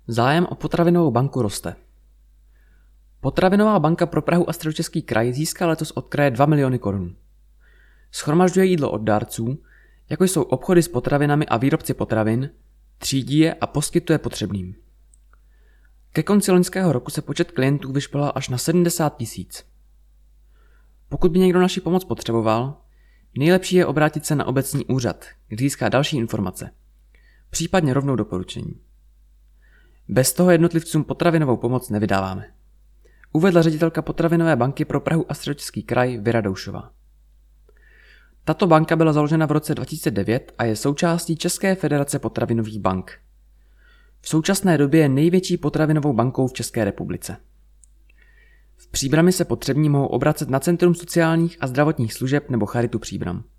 Zájem o potravinovou banku roste. Potravinová banka pro Prahu a Středočeský kraj získala letos od kraje 2 miliony korun. Shromažďuje jídlo od dárců, jako jsou obchody s potravinami a výrobci potravin, třídí je a poskytuje potřebným. Ke konci loňského roku se počet klientů vyšplhal až na 70 000. Pokud by někdo naši pomoc potřeboval, nejlepší je obrátit se na obecní úřad, kde získá další informace, případně rovnou doporučení. Bez toho jednotlivcům potravinovou pomoc nevydáváme, uvedla ředitelka Potravinové banky pro Prahu a Středočeský kraj Věra Doušová. Tato banka byla založena v roce 2009 a je součástí České federace potravinových bank. V současné době je největší potravinovou bankou v České republice. V Příbrami se potřební mohou obracet na Centrum sociálních a zdravotních služeb nebo Charitu Příbram.